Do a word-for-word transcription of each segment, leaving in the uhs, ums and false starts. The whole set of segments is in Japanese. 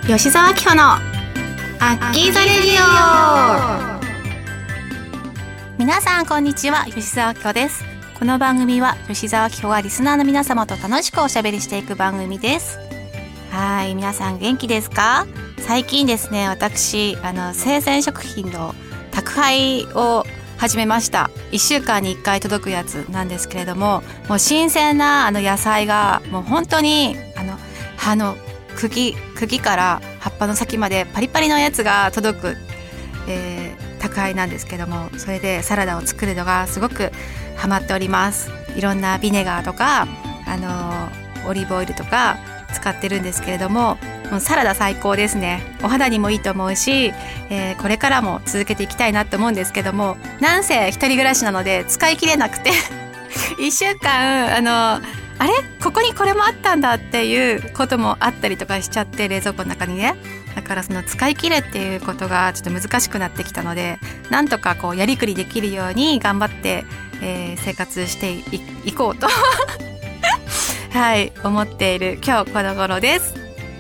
吉澤明穂のアッキーザレディオ。皆さんこんにちは、吉澤明穂です。この番組は吉澤明穂がリスナーの皆様と楽しくおしゃべりしていく番組です。はい、皆さん元気ですか？最近ですね、私あの生鮮食品の宅配を始めました。いっしゅうかんにいっかい届くやつなんですけれども、もう新鮮なあの野菜がもう本当にあの葉の茎茎から葉っぱの先までパリパリのやつが届く、えー、宅配なんですけども、それでサラダを作るのがすごくハマっております。いろんなビネガーとかあのオリーブオイルとか使ってるんですけれども、もうサラダ最高ですね。お肌にもいいと思うし、えー、これからも続けていきたいなと思うんですけども、なんせ一人暮らしなので使い切れなくていっしゅうかんあのあれここにこれもあったんだっていうこともあったりとかしちゃって、冷蔵庫の中にね。だからその使い切れっていうことがちょっと難しくなってきたので、なんとかこうやりくりできるように頑張って、えー、生活して い, いこうとはい思っている今日この頃です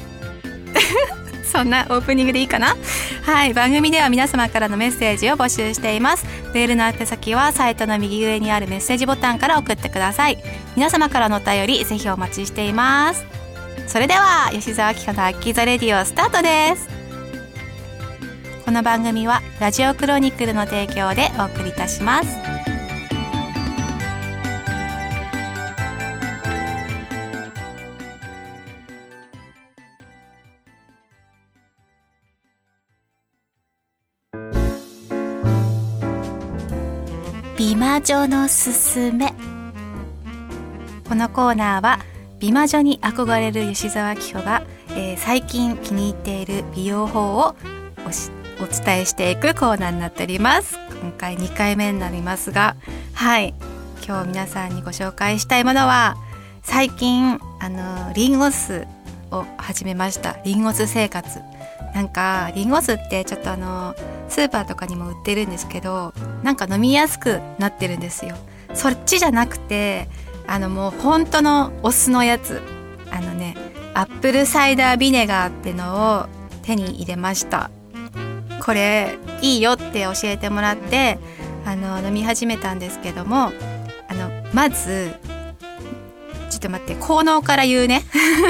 そんなオープニングでいいかな。はい、番組では皆様からのメッセージを募集しています。メールの宛先はサイトの右上にあるメッセージボタンから送ってください。皆様からのお便りぜひお待ちしています。それでは吉澤明穂のアッキーザレディオスタートです。この番組はラジオクロニクルの提供でお送りいたします。美魔女のすすめ。このコーナーは美魔女に憧れる吉澤明穂が、えー、最近気に入っている美容法をお, しお伝えしていくコーナーになっております。今回にかいめになりますが、はい今日皆さんにご紹介したいものは、最近あのリンゴ酢を始めました。リンゴ酢生活。なんかリンゴ酢ってちょっとあのスーパーとかにも売ってるんですけど、なんか飲みやすくなってるんですよ。そっちじゃなくて、あのもう本当のお酢のやつ、あのねアップルサイダービネガーってのを手に入れました。これいいよって教えてもらってあの飲み始めたんですけども、あのまずちょっと待って、効能から言うね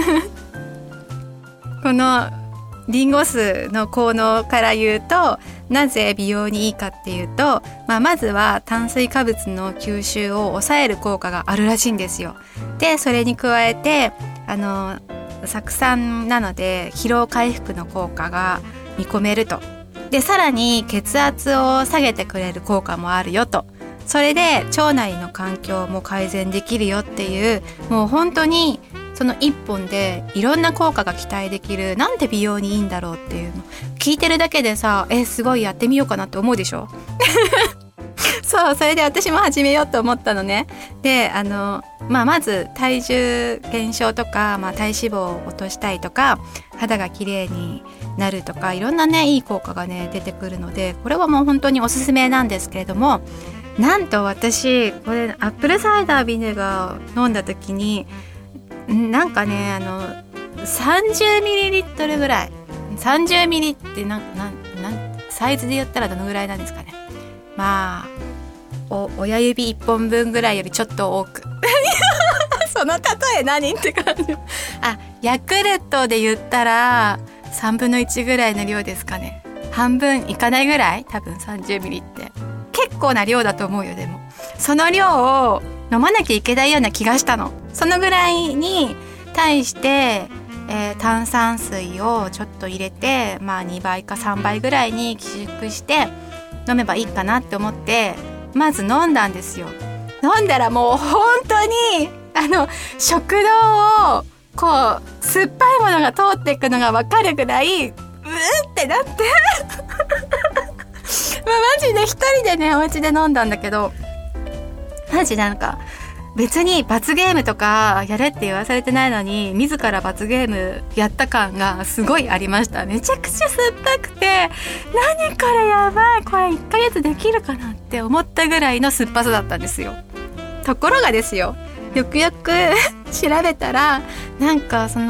このリンゴ酢の効能から言うと、なぜ美容にいいかっていうと、まあ、まずは炭水化物の吸収を抑える効果があるらしいんですよ。でそれに加えてあの酢酸なので疲労回復の効果が見込めると。でさらに血圧を下げてくれる効果もあるよと。それで腸内の環境も改善できるよっていう、もう本当にその一本でいろんな効果が期待できる。なんで美容にいいんだろうっていうの聞いてるだけでさ、えすごいやってみようかなって思うでしょそう、それで私も始めようと思ったのね。であの、まあ、まず体重減少とか、まあ、体脂肪を落としたいとか、肌が綺麗になるとか、いろんなねいい効果がね出てくるので、これはもう本当におすすめなんですけれども、なんと私これアップルサイダービネガー飲んだ時になんかねあの さんじゅうミリリットル ぐらい、さんじゅうミリってなんなんなんサイズで言ったらどのぐらいなんですかね。まあお親指いっぽんぶんぐらいよりちょっと多くその例え何って感じあ、ヤクルトで言ったらさんぶんのいちぐらいの量ですかね。半分いかないぐらい、多分 さんじゅうミリ って結構な量だと思うよ。でもその量を飲まなきゃいけないような気がしたの。そのぐらいに対して、えー、炭酸水をちょっと入れて、まあにばいかさんばいぐらいに希縮して飲めばいいかなって思ってまず飲んだんですよ。飲んだらもう本当にあの食道をこう酸っぱいものが通っていくのが分かるぐらいうーってなってまあマジで一人でねお家で飲んだんだけど、マジなんか別に罰ゲームとかやれって言わされてないのに自ら罰ゲームやった感がすごいありました。めちゃくちゃ酸っぱくて、何これやばい、これいっかげつできるかなって思ったぐらいの酸っぱさだったんですよ。ところがですよ、よくよく調べたらなんかその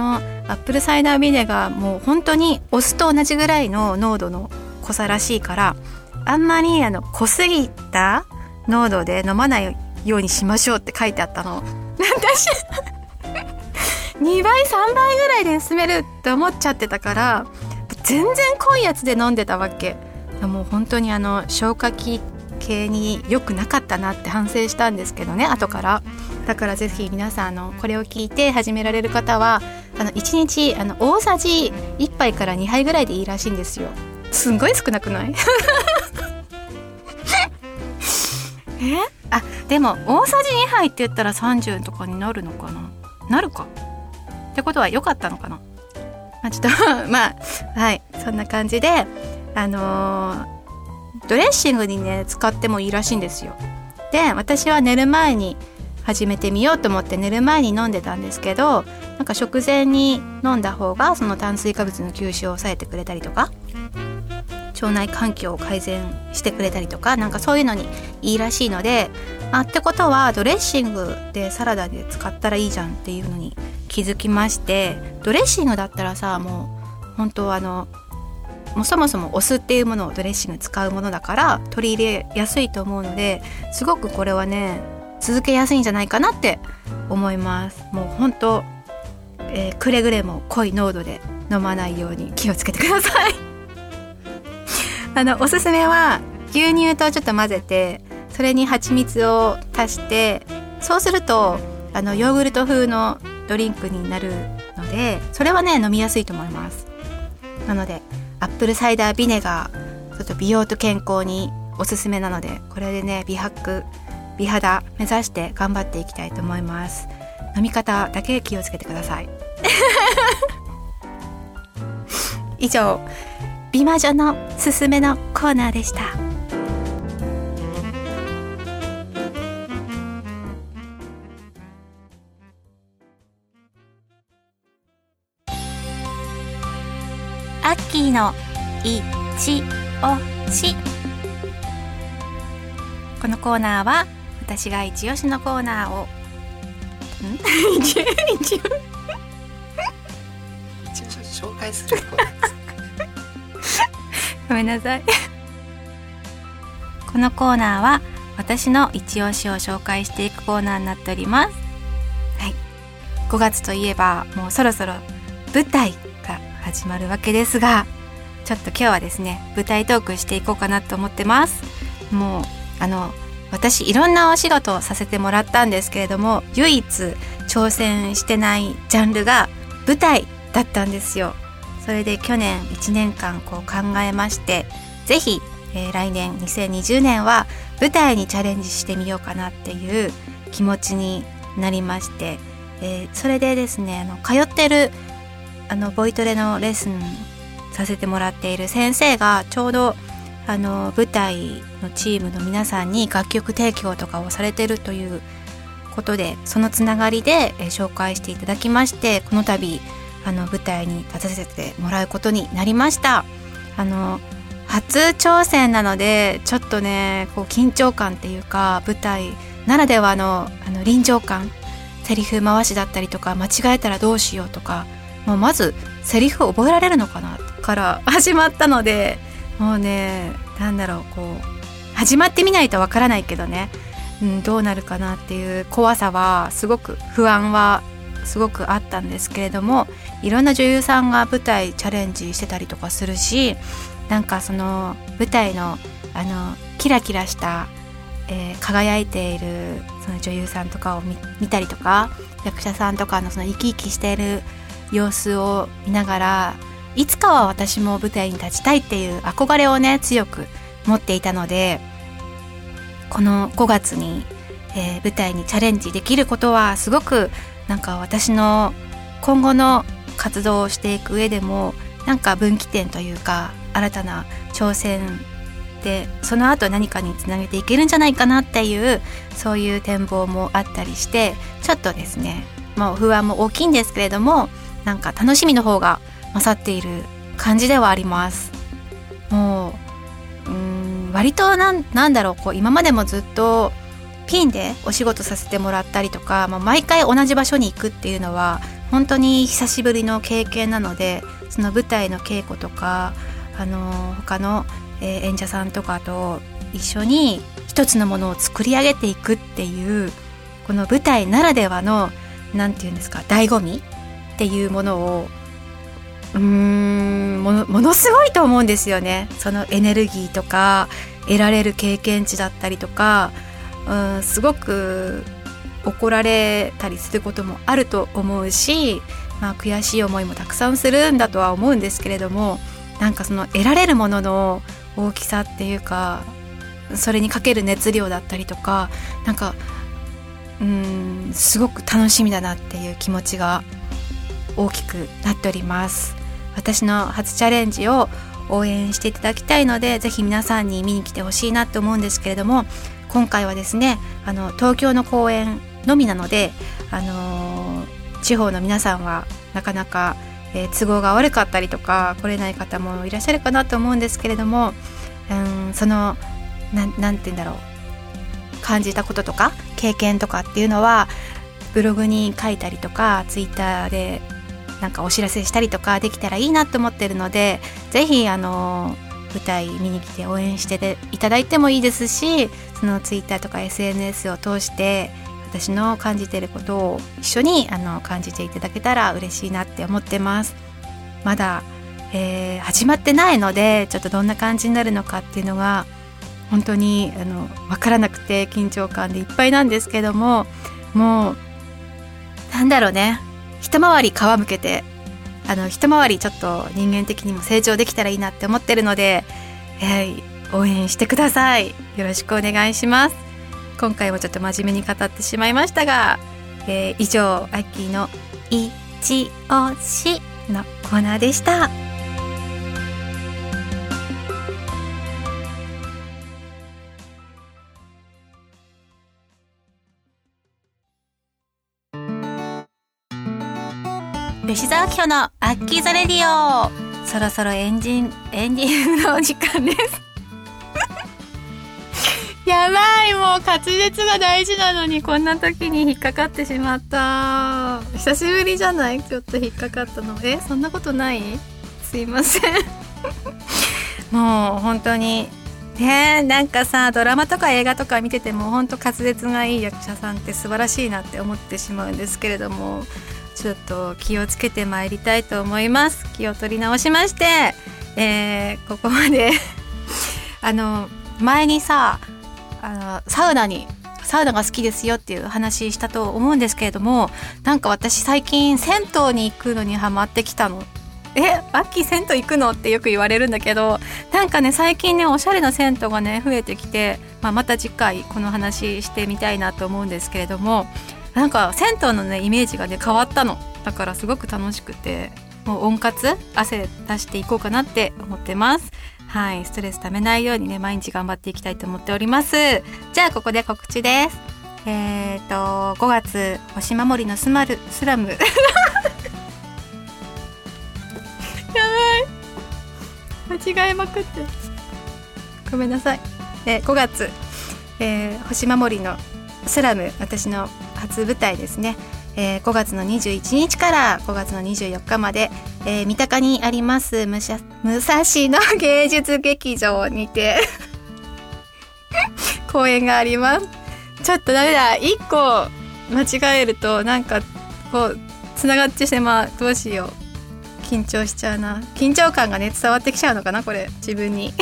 アップルサイダービネガーもう本当にお酢と同じぐらいの濃度の濃さらしいから、あんまりあの濃すぎた濃度で飲まないようにしましょうって書いてあったの。私にばいさんばいぐらいで薄めるって思っちゃってたから、全然濃いやつで飲んでたわけ。もう本当にあの消化器系に良くなかったなって反省したんですけどね、後から。だからぜひ皆さんあのこれを聞いて始められる方は、あのいちにちあの大さじいっぱいからにはいぐらいでいいらしいんですよ。すんごい少なくないえあでも大さじにはいって言ったらさんじゅうとかになるのかな、なるかってことは良かったのかな、まあ、ちょっとまあはいそんな感じで、あのー、ドレッシングにね使ってもいいらしいんですよ。で私は寝る前に始めてみようと思って寝る前に飲んでたんですけど、なんか食前に飲んだ方がその炭水化物の吸収を抑えてくれたりとか、腸内環境を改善してくれたりとか、なんかそういうのにいいらしいので、あってことはドレッシングでサラダで使ったらいいじゃんっていうのに気づきまして、ドレッシングだったらさ、もう本当あのもうそもそもお酢っていうものをドレッシング使うものだから取り入れやすいと思うので、すごくこれはね続けやすいんじゃないかなって思います。もう本当、えー、くれぐれも濃い濃度で飲まないように気をつけてくださいあのおすすめは牛乳とちょっと混ぜて、それに蜂蜜を足して、そうするとあのヨーグルト風のドリンクになるので、それはね飲みやすいと思います。なのでアップルサイダービネガーちょっと美容と健康におすすめなので、これでね美白美肌目指して頑張っていきたいと思います。飲み方だけ気をつけてください以上、美魔女のすすめのコーナーでした。アッキーのいちおし。このコーナーは私が一押しのコーナーをん一応一応紹介するコーナーですごめんなさいこのコーナーは私の一押しを紹介していくコーナーになっております。はい、ごがつといえばもうそろそろ舞台が始まるわけですが、ちょっと今日はですね舞台トークしていこうかなと思ってます。もうあの私いろんなお仕事をさせてもらったんですけれども、唯一挑戦してないジャンルが舞台だったんですよ。それで去年いちねんかんこう考えまして、ぜひ、えー、来年にせんにじゅうねんは舞台にチャレンジしてみようかなっていう気持ちになりまして、えー、それでですね、あの通ってるあのボイトレのレッスンさせてもらっている先生がちょうどあの舞台のチームの皆さんに楽曲提供とかをされてるということで、そのつながりで、えー、紹介していただきまして、この度あの舞台に立たせてもらうことになりました。あの初挑戦なのでちょっとねこう緊張感っていうか、舞台ならではのあの臨場感、セリフ回しだったりとか、間違えたらどうしようとか、もうまずセリフ覚えられるのかなから始まったので、もうねなんだろう、こう始まってみないとわからないけどね、うん、どうなるかなっていう怖さはすごく、不安はすごくあったんですけれども、いろんな女優さんが舞台チャレンジしてたりとかするし、なんかその舞台のあのキラキラした、えー、輝いているその女優さんとかを 見, 見たりとか、役者さんとかのその生き生きしている様子を見ながら、いつかは私も舞台に立ちたいっていう憧れをね強く持っていたので、このごがつに、えー、舞台にチャレンジできることはすごくなんか私の今後の活動をしていく上でもなんか分岐点というか、新たな挑戦でその後何かにつなげていけるんじゃないかなっていう、そういう展望もあったりして、ちょっとですねもう不安も大きいんですけれども、なんか楽しみの方が勝っている感じではあります。もう、うーん割となん、なんだろう、こう今までもずっとピンでお仕事させてもらったりとか、まあ、毎回同じ場所に行くっていうのは本当に久しぶりの経験なので、その舞台の稽古とか、あの他の、えー、演者さんとかと一緒に一つのものを作り上げていくっていう、この舞台ならではのなんていうんですか、醍醐味っていうものをうーん もの、ものすごいと思うんですよね。そのエネルギーとか得られる経験値だったりとか、うん、すごく怒られたりすることもあると思うし、まあ、悔しい思いもたくさんするんだとは思うんですけれども、なんかその得られるものの大きさっていうか、それにかける熱量だったりとか、なんかうーんすごく楽しみだなっていう気持ちが大きくなっております。私の初チャレンジを応援していただきたいので、ぜひ皆さんに見に来てほしいなと思うんですけれども、今回はですね、あの東京の公演のみなので、あのー、地方の皆さんはなかなか、えー、都合が悪かったりとか来れない方もいらっしゃるかなと思うんですけれども、うん、そのな ん, なんて言うんだろう、感じたこととか経験とかっていうのはブログに書いたりとか、ツイッターでなんかお知らせしたりとかできたらいいなと思ってるので、ぜひあの舞台見に来て応援していただいてもいいですし、そのツイッターとか エスエヌエス を通して私の感じていることを一緒にあの感じていただけたら嬉しいなって思ってます。まだ、えー、始まってないので、ちょっとどんな感じになるのかっていうのが本当にあの分からなくて緊張感でいっぱいなんですけども、もうなんだろうね、一回り皮むけて、あの一回りちょっと人間的にも成長できたらいいなって思ってるので、えー、応援してください。よろしくお願いします。今回もちょっと真面目に語ってしまいましたが、えー、以上アッキーのいちおしのコーナーでした。吉沢明子のアッキーザレディオ、そろそろエンジンエンディングのお時間ですやばい、もう滑舌が大事なのにこんな時に引っかかってしまった。久しぶりじゃない？ちょっと引っかかったの。え、そんなことない？すいませんもう本当にね、なんかさ、ドラマとか映画とか見てても本当滑舌がいい役者さんって素晴らしいなって思ってしまうんですけれども、ちょっと気をつけてまいりたいと思います。気を取り直しまして、えー、ここまであの前にさ、あのサウナにサウナが好きですよっていう話したと思うんですけれども、なんか私最近銭湯に行くのにハマってきたの。え、アッキー銭湯行くのってよく言われるんだけど、なんかね最近ねおしゃれな銭湯がね増えてきて、まあ、また次回この話してみたいなと思うんですけれども、なんか銭湯のねイメージがね変わったの。だからすごく楽しくて、もう温活汗出していこうかなって思ってます。はい、ストレスためないようにね毎日頑張っていきたいと思っております。じゃあここで告知です。えーとごがつ星守りのスマルスラムやばい、間違えまくってごめんなさい。えー、ごがつ、えー、星守りのスラム、私の初舞台ですね、えー、ごがつのにじゅういちにちからごがつのにじゅうよっかまで、えー、三鷹にあります武蔵野芸術劇場にて公演があります。ちょっとダメだ、いっこ間違えるとなんかこうつながってしまう。どうしよう、緊張しちゃうな。緊張感がね伝わってきちゃうのかなこれ自分に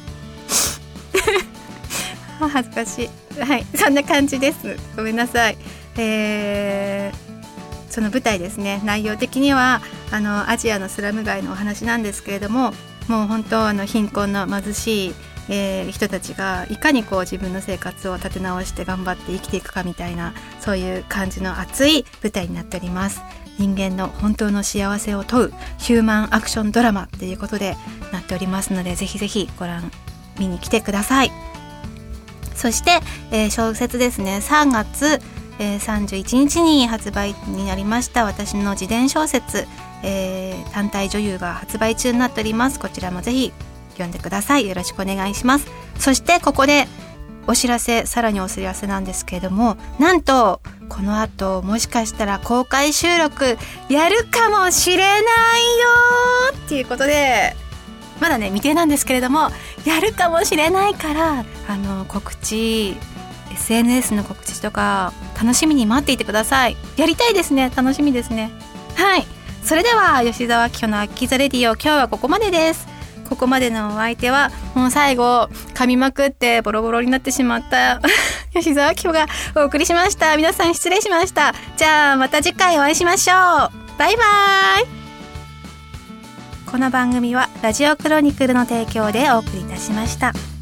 恥ずかしい。はい、そんな感じです。ごめんなさい。えー、その舞台ですね、内容的にはあのアジアのスラム街のお話なんですけれども、もう本当あの貧困の貧しい、えー、人たちがいかにこう自分の生活を立て直して頑張って生きていくかみたいな、そういう感じの熱い舞台になっております。人間の本当の幸せを問うヒューマンアクションドラマっていうことでなっておりますので、ぜひぜひご覧見に来てください。そして、えー、小説ですね、さんがつ、えー、さんじゅういちにちに発売になりました私の自伝小説、えー、単体女優が発売中になっております。こちらもぜひ読んでください。よろしくお願いします。そしてここでお知らせ、さらにお知らせなんですけれども、なんとこの後もしかしたら公開収録やるかもしれないよっていうことで、まだね未定なんですけれども、やるかもしれないから、あの告知、 エスエヌエス の告知とか楽しみに待っていてください。やりたいですね。楽しみですね。はい、それでは吉澤明子のアッキーザレディオ、今日はここまでです。ここまでのお相手は、もう最後噛みまくってボロボロになってしまった吉澤明子がお送りしました。皆さん失礼しました。じゃあまた次回お会いしましょう。バイバイ。この番組はラジオクロニクルの提供でお送りいたしました。